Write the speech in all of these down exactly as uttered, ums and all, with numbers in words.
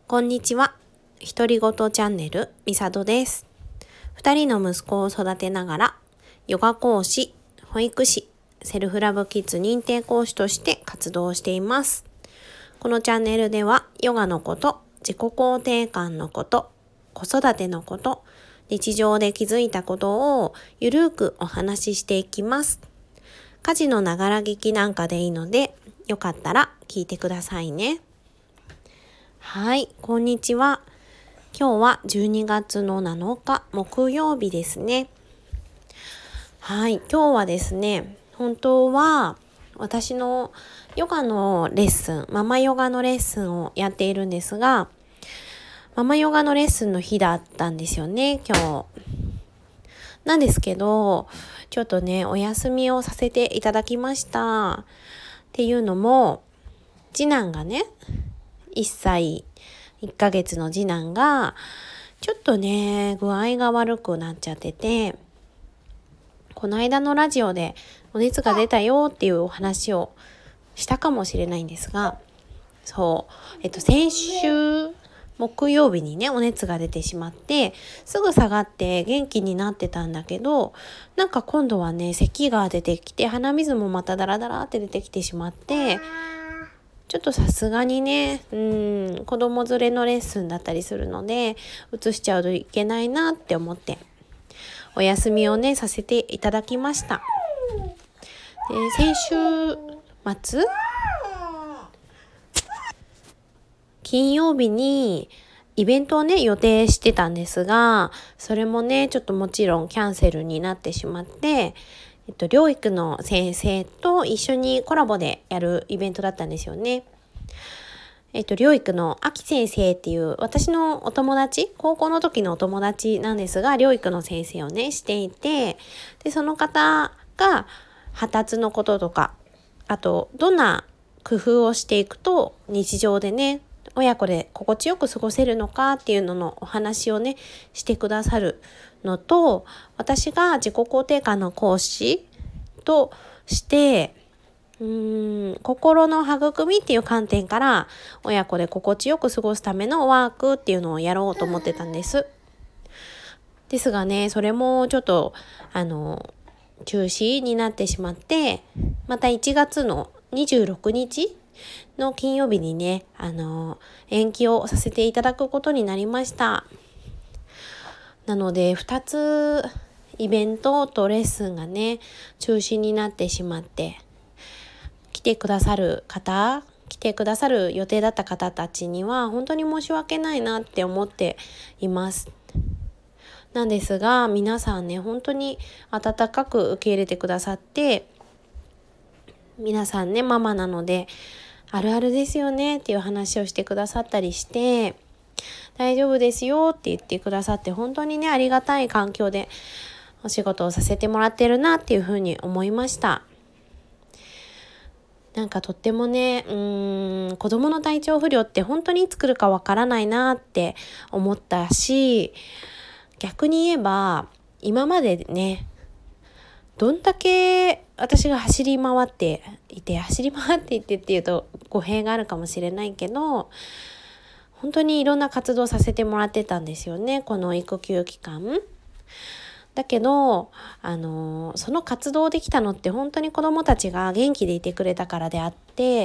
こんにちは。独り言チャンネルみさとです。二人の息子を育てながら、ヨガ講師、保育士、セルフラブキッズ認定講師として活動しています。このチャンネルでは、ヨガのこと、自己肯定感のこと、子育てのこと、日常で気づいたことをゆるーくお話ししていきます。家事のながら聞きなんかでいいので、よかったら聞いてくださいね。はい、こんにちは。今日はじゅうにがつのなのか木曜日ですね。はい、今日はですね、本当は私のヨガのレッスン、ママヨガのレッスンをやっているんですが、ママヨガのレッスンの日だったんですよね、今日。なんですけど、ちょっとね、お休みをさせていただきました。っていうのも、次男がね、いっさいいっかげつの次男がちょっとね具合が悪くなっちゃってて、この間のラジオでお熱が出たよっていうお話をしたかもしれないんですが、そうえっと先週木曜日にねお熱が出てしまって、すぐ下がって元気になってたんだけど、なんか今度はね咳が出てきて、鼻水もまたダラダラって出てきてしまって、ちょっとさすがにね、うん、子供連れのレッスンだったりするので、移しちゃうといけないなって思って、お休みをね、させていただきました。で、先週末、金曜日にイベントをね、予定してたんですが、それもね、ちょっともちろんキャンセルになってしまって、えっと、療育の先生と一緒にコラボでやるイベントだったんですよね。えっと、療育の秋先生っていう私のお友達、高校の時のお友達なんですが、療育の先生をね、していて、で、その方が発達のこととか、あと、どんな工夫をしていくと日常でね、親子で心地よく過ごせるのかっていうののお話をね、してくださるのと、私が自己肯定感の講師としてうーん心の育みっていう観点から親子で心地よく過ごすためのワークっていうのをやろうと思ってたんです。ですがね、それもちょっとあの中止になってしまって、またいちがつのにじゅうろくにちの金曜日にね、あの延期をさせていただくことになりました。なのでふたつイベントとレッスンがね中止になってしまって、来てくださる方来てくださる予定だった方たちには本当に申し訳ないなって思っています。なんですが、皆さんね本当に温かく受け入れてくださって、皆さんねママなのであるあるですよねっていう話をしてくださったりして、大丈夫ですよって言ってくださって、本当にねありがたい環境でお仕事をさせてもらってるなっていうふうに思いました。なんかとってもね、うーん子供の体調不良って本当にいつ来るかわからないなって思ったし、逆に言えば今までねどんだけ私が走り回っていて走り回っていてっていうと語弊があるかもしれないけど、本当にいろんな活動させてもらってたんですよね、この育休期間。だけど、あのーその活動できたのって本当に子どもたちが元気でいてくれたからであって、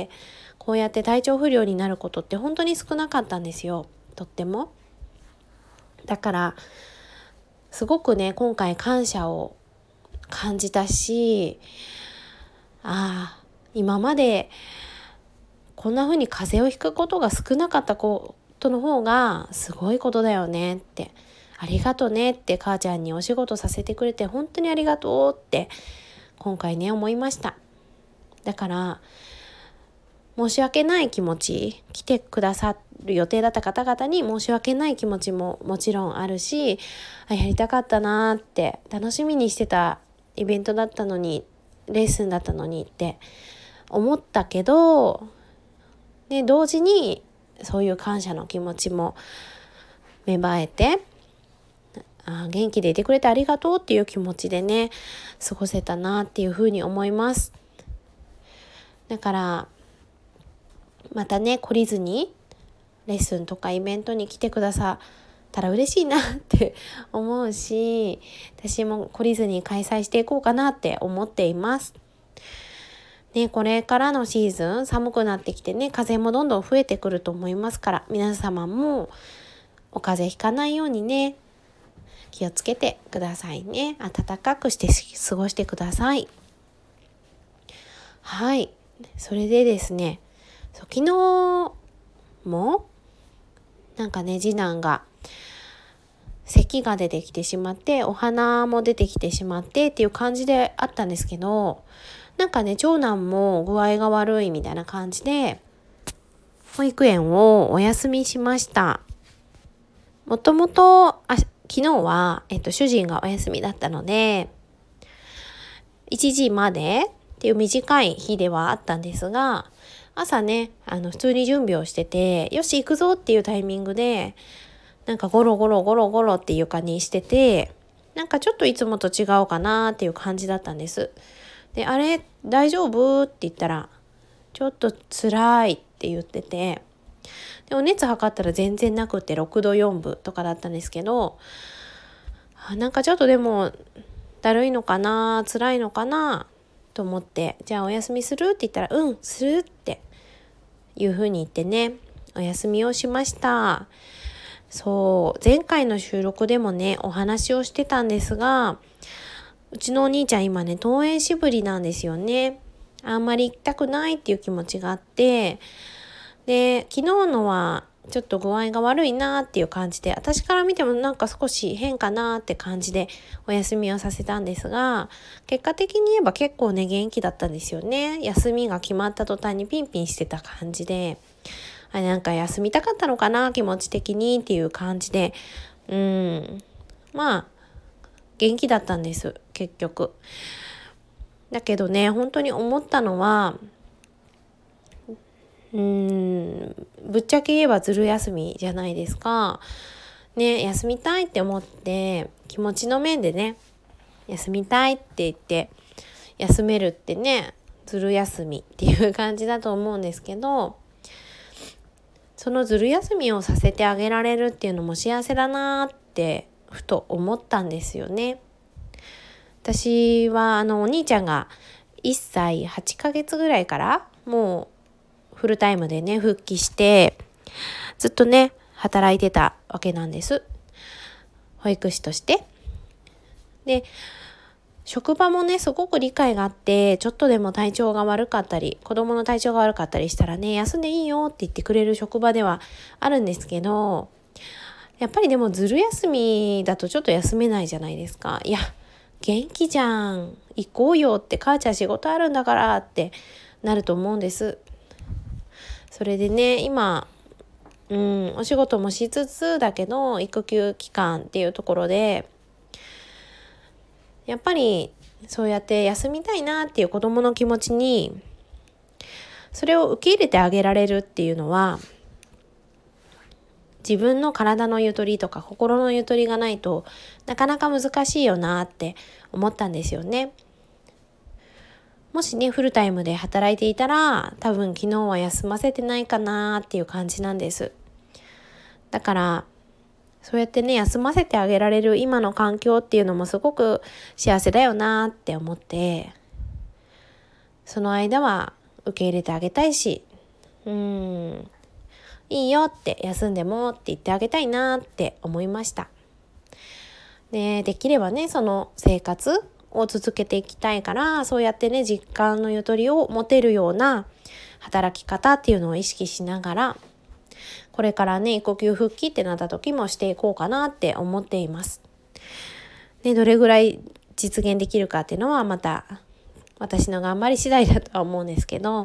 こうやって体調不良になることって本当に少なかったんですよ、とっても。だからすごくね今回感謝を感じたし、ああ今までこんな風に風邪をひくことが少なかったことの方がすごいことだよねって、ありがとねって母ちゃんにお仕事させてくれて本当にありがとうって今回ね思いました。だから申し訳ない気持ち、来てくださる予定だった方々に申し訳ない気持ちももちろんあるし、あやりたかったなって楽しみにしてたイベントだったのに、レッスンだったのにって思ったけど、で同時にそういう感謝の気持ちも芽生えて、あ元気でいてくれてありがとうっていう気持ちでね過ごせたなっていうふうに思います。だからまたね懲りずにレッスンとかイベントに来てくださったら嬉しいなって思うし、私も懲りずに開催していこうかなって思っています。ね、これからのシーズン寒くなってきてね、風邪もどんどん増えてくると思いますから、皆様もお風邪ひかないようにね、気をつけてくださいね。暖かくして過ごしてください。はい。それでですね、そう昨日もなんかね、次男が咳が出てきてしまって、お花も出てきてしまってっていう感じであったんですけど、なんかね、長男も具合が悪いみたいな感じで、保育園をお休みしました。もともと、あ、昨日は、えっと、主人がお休みだったので、いちじまでっていう短い日ではあったんですが、朝ね、あの、普通に準備をしてて、よし行くぞっていうタイミングで、なんかゴロゴロゴロゴロって床にしてて、なんかちょっといつもと違うかなっていう感じだったんです。で、あれ大丈夫って言ったら、ちょっと辛いって言ってて、でお熱測ったら全然なくてろくどよんぶとかだったんですけど、なんかちょっとでもだるいのかな、辛いのかなと思って、じゃあお休みするって言ったら、うんするっていう風に言ってね、お休みをしました。そう、前回の収録でもねお話をしてたんですが、うちのお兄ちゃん今ね登園しぶりなんですよね。あんまり行きたくないっていう気持ちがあって、で昨日のはちょっと具合が悪いなっていう感じで、私から見てもなんか少し変かなって感じでお休みをさせたんですが、結果的に言えば結構ね元気だったんですよね。休みが決まった途端にピンピンしてた感じで、あ、なんか休みたかったのかな気持ち的にっていう感じで、うん、まあ元気だったんです結局。だけどね、本当に思ったのは、うーんぶっちゃけ言えばずる休みじゃないですか。ね、休みたいって思って気持ちの面でね、休みたいって言って休めるってね、ずる休みっていう感じだと思うんですけど、そのずる休みをさせてあげられるっていうのも幸せだなってふと思ったんですよね。私はあのお兄ちゃんがいっさいはちかげつぐらいからもうフルタイムでね復帰して、ずっとね働いてたわけなんです、保育士として。で職場もねすごく理解があって、ちょっとでも体調が悪かったり子供の体調が悪かったりしたらね、休んでいいよって言ってくれる職場ではあるんですけど、やっぱりでもずる休みだとちょっと休めないじゃないですか。いや元気じゃん行こうよって、母ちゃん仕事あるんだからってなると思うんです。それでね今うんお仕事もしつつだけど育休期間っていうところで、やっぱりそうやって休みたいなっていう子どもの気持ちにそれを受け入れてあげられるっていうのは、自分の体のゆとりとか心のゆとりがないとなかなか難しいよなって思ったんですよね。もしねフルタイムで働いていたら多分昨日は休ませてないかなっていう感じなんです。だからそうやってね休ませてあげられる今の環境っていうのもすごく幸せだよなって思って、その間は受け入れてあげたいし、うーんいいよって休んでもって言ってあげたいなって思いました。でできればねその生活を続けていきたいから、そうやってね実感のゆとりを持てるような働き方っていうのを意識しながら、これからね育休復帰ってなった時もしていこうかなって思っています。でどれぐらい実現できるかっていうのはまた私の頑張り次第だとは思うんですけど、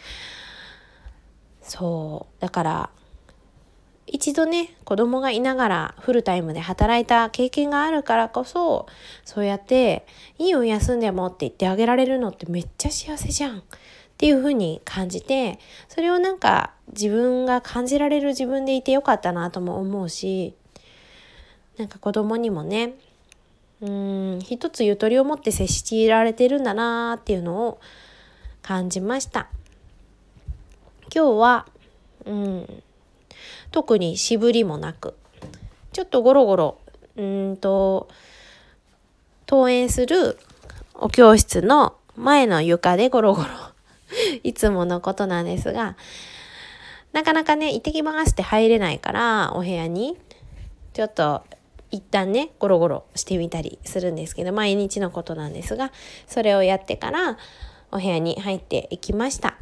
そうだから一度ね子供がいながらフルタイムで働いた経験があるからこそ、そうやっていいよ休んでもって言ってあげられるのってめっちゃ幸せじゃんっていう風に感じて、それをなんか自分が感じられる自分でいてよかったなとも思うし、なんか子供にもねうーん一つゆとりを持って接しられてるんだなっていうのを感じました。今日はうん特に渋りもなく、ちょっとゴロゴロうーんと登園するお教室の前の床でゴロゴロいつものことなんですが、なかなかね行ってきますって入れないから、お部屋にちょっと一旦ねゴロゴロしてみたりするんですけど、毎日のことなんですが、それをやってからお部屋に入っていきました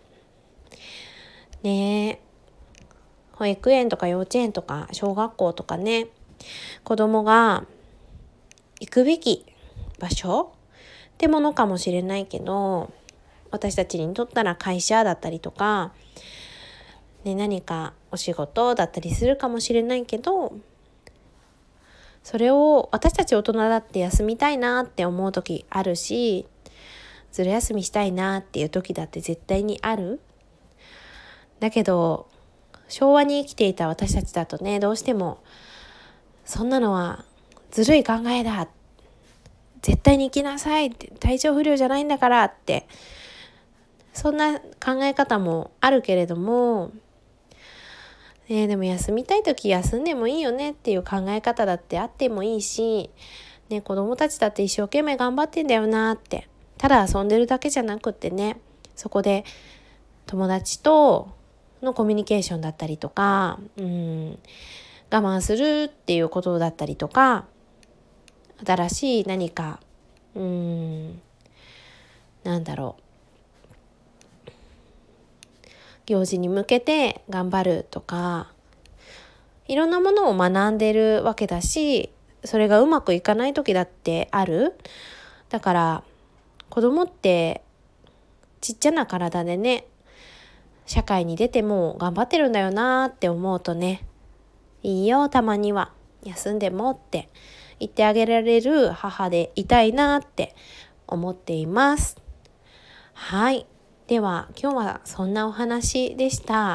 ね。保育園とか幼稚園とか小学校とかね、子供が行くべき場所ってものかもしれないけど、私たちにとったら会社だったりとか、ね、何かお仕事だったりするかもしれないけど、それを私たち大人だって休みたいなって思う時あるし、ずる休みしたいなっていう時だって絶対にある。だけど昭和に生きていた私たちだとね、どうしてもそんなのはずるい考えだ、絶対に行きなさいって、体調不良じゃないんだからって、そんな考え方もあるけれども、ね、でも休みたい時休んでもいいよねっていう考え方だってあってもいいし、ね、子供たちだって一生懸命頑張ってんだよなって、ただ遊んでるだけじゃなくってね、そこで友達とのコミュニケーションだったりとか、うん我慢するっていうことだったりとか、新しい何かうーんなんだろう行事に向けて頑張るとか、いろんなものを学んでるわけだし、それがうまくいかない時だってある。だから子供ってちっちゃな体でね、社会に出ても頑張ってるんだよなって思うとね、いいよたまには休んでもって言ってあげられる母でいたいなって思っています。はい、では今日はそんなお話でした。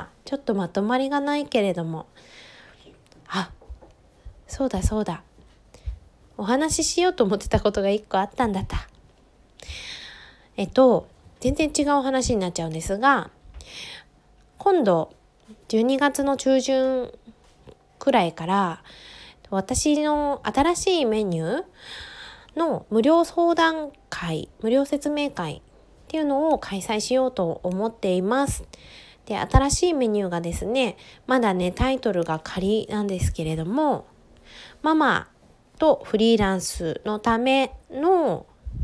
ちょっとまとまりがないけれども、あ、そうだそうだ、お話ししようと思ってたことが一個あったんだった。えっと全然違うお話になっちゃうんですが、今度じゅうにがつの中旬くらいから私の新しいメニューの無料相談会、無料説明会っていうのを開催しようと思っています。で、新しいメニューがですね、まだねタイトルが仮なんですけれども、ママとフリーランスのための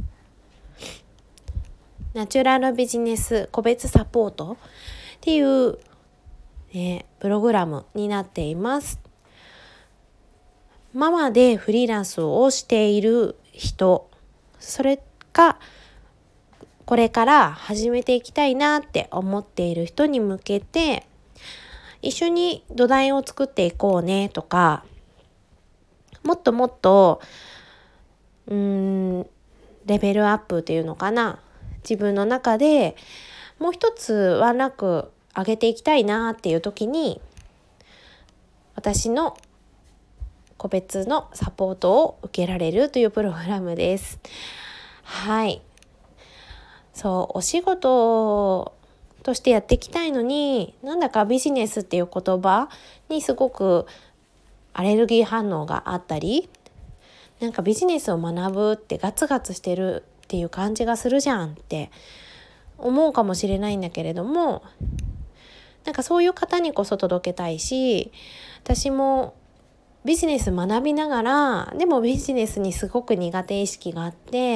ナチュラルビジネス個別サポートっていう、ね、プログラムになっています。ママでフリーランスをしている人、それかこれから始めていきたいなって思っている人に向けて、一緒に土台を作っていこうねとか、もっともっとうーんレベルアップというのかな、自分の中でもう一つワンランク上げていきたいなっていう時に、私の個別のサポートを受けられるというプログラムです。はい、そうお仕事としてやっていきたいのに、なんだかビジネスっていう言葉にすごくアレルギー反応があったり、なんかビジネスを学ぶってガツガツしてるっていう感じがするじゃんって思うかもしれないんだけれども、なんかそういう方にこそ届けたいし、私もビジネス学びながら、でもビジネスにすごく苦手意識があって、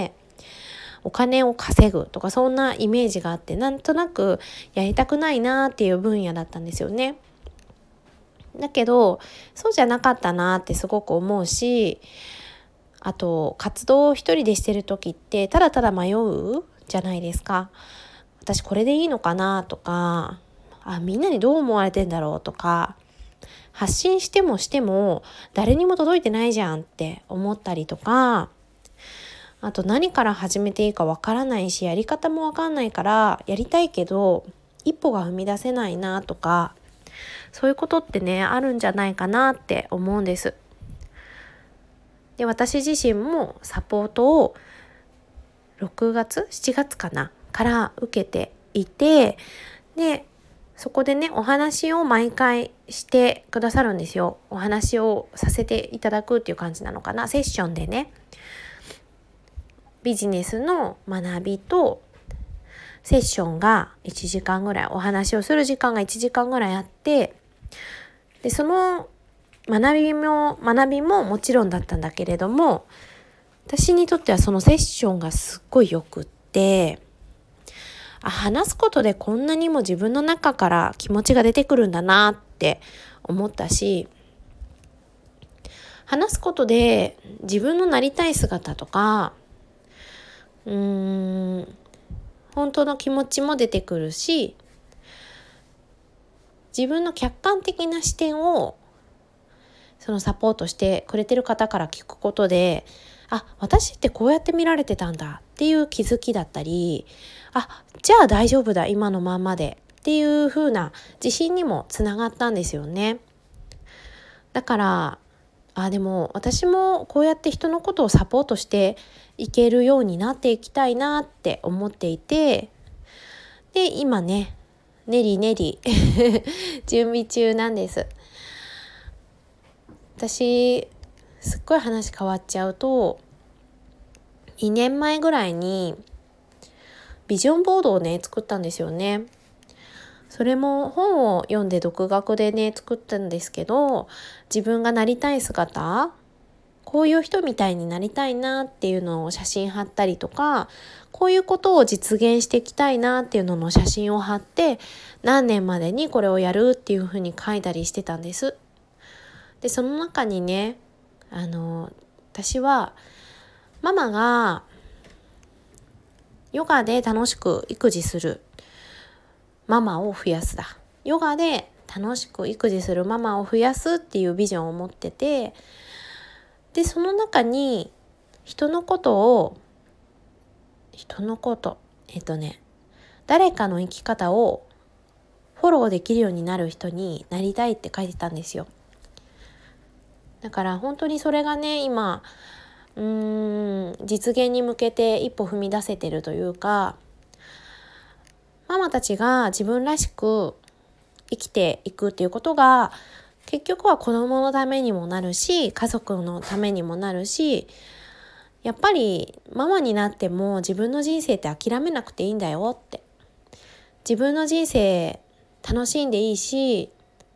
お金を稼ぐとかそんなイメージがあって、なんとなくやりたくないなっていう分野だったんですよね。だけどそうじゃなかったなってすごく思うし、あと活動を一人でしてる時ってただただ迷うじゃないですか。私これでいいのかなとか、あみんなにどう思われてんだろうとか、発信してもしても誰にも届いてないじゃんって思ったりとか、あと何から始めていいかわからないし、やり方もわかんないからやりたいけど一歩が踏み出せないなとか、そういうことってねあるんじゃないかなって思うんです。で、私自身もサポートをろくがつしちがつかなから受けていて、でそこでねお話を毎回してくださるんですよ。お話をさせていただくっていう感じなのかな。セッションでねビジネスの学びとセッションがいちじかんぐらい、お話をする時間がいちじかんぐらいあって、でその学びも学びももちろんだったんだけれども、私にとってはそのセッションがすっごいよくって、あ、話すことでこんなにも自分の中から気持ちが出てくるんだなって思ったし、話すことで自分のなりたい姿とかうーん本当の気持ちも出てくるし、自分の客観的な視点をそのサポートしてくれてる方から聞くことで、あ、私ってこうやって見られてたんだっていう気づきだったり、あ、じゃあ大丈夫だ今のまんまでっていう風な自信にもつながったんですよね。だからあでも私もこうやって人のことをサポートしていけるようになっていきたいなって思っていて、で今ねねりねり準備中なんです。私すっごい話変わっちゃうと、にねんまえぐらいにビジョンボードをね作ったんですよね。それも本を読んで独学でね作ったんですけど、自分がなりたい姿、こういう人みたいになりたいなっていうのを写真貼ったりとか、こういうことを実現していきたいなっていうのの写真を貼って、何年までにこれをやるっていうふうに書いたりしてたんです。でその中にね、あの私はママがヨガで楽しく育児するママを増やすだ。ヨガで楽しく育児するママを増やすっていうビジョンを持ってて、でその中に人のことを人のことえっとね誰かの生き方をフォローできるようになる人になりたいって書いてたんですよ。だから本当にそれがね今うーん実現に向けて一歩踏み出せてるというか、ママたちが自分らしく生きていくっていうことが結局は子供のためにもなるし、家族のためにもなるし、やっぱりママになっても自分の人生って諦めなくていいんだよって、自分の人生楽しんでいいし、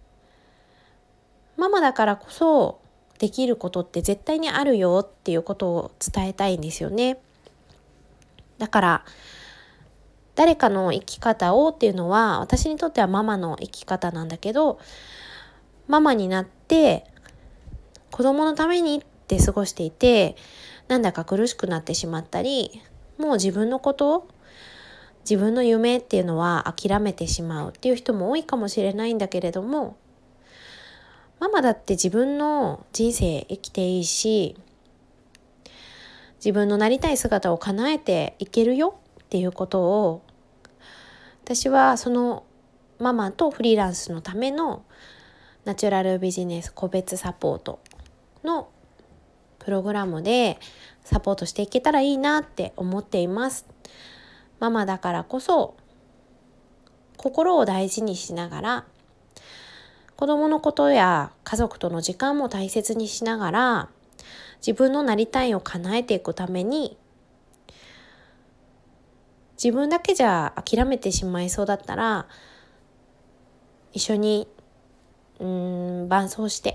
ママだからこそできることって絶対にあるよっていうことを伝えたいんですよね。だから誰かの生き方をっていうのは私にとってはママの生き方なんだけど、ママになって子供のためにって過ごしていて、なんだか苦しくなってしまったり、もう自分のこと自分の夢っていうのは諦めてしまうっていう人も多いかもしれないんだけれども、ママだって自分の人生生きていいし、自分のなりたい姿を叶えていけるよっていうことを、私はそのママとフリーランスのためのナチュラルビジネス個別サポートのプログラムでサポートしていけたらいいなって思っています。ママだからこそ心を大事にしながら、子供のことや家族との時間も大切にしながら、自分のなりたいを叶えていくために、自分だけじゃ諦めてしまいそうだったら、一緒にうーん伴走して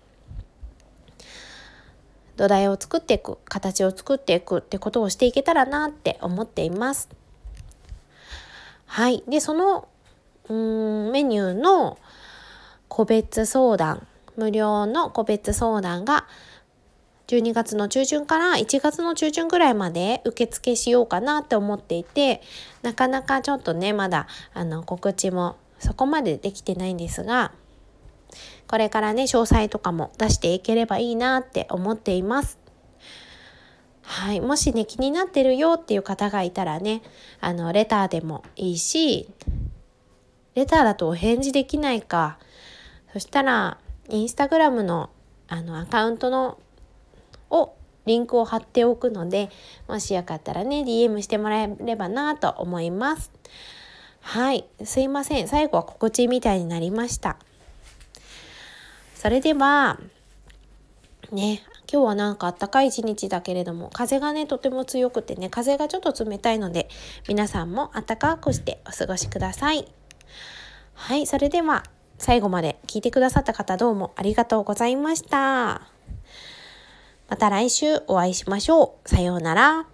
土台を作っていく、形を作っていくってことをしていけたらなって思っています。はい。でそのうーんメニューの個別相談、無料の個別相談がじゅうにがつの中旬からいちがつの中旬ぐらいまで受付しようかなって思っていて、なかなかちょっとねまだあの告知もそこまでできてないんですが、これからね詳細とかも出していければいいなって思っています。はい、もしね気になってるよっていう方がいたらね、あのレターでもいいし、レターだとお返事できないか、そしたらインスタグラムのあのアカウントのをリンクを貼っておくので、もしよかったらね ディーエム してもらえればなと思います。 はい、すいません。最後は告知みたいになりました。それでは、ね、今日はなんか暖かい一日だけれども、風がね、とても強くてね、風がちょっと冷たいので、皆さんも暖かくしてお過ごしください。はい、それでは、最後まで聞いてくださった方どうもありがとうございました。また来週お会いしましょう。さようなら。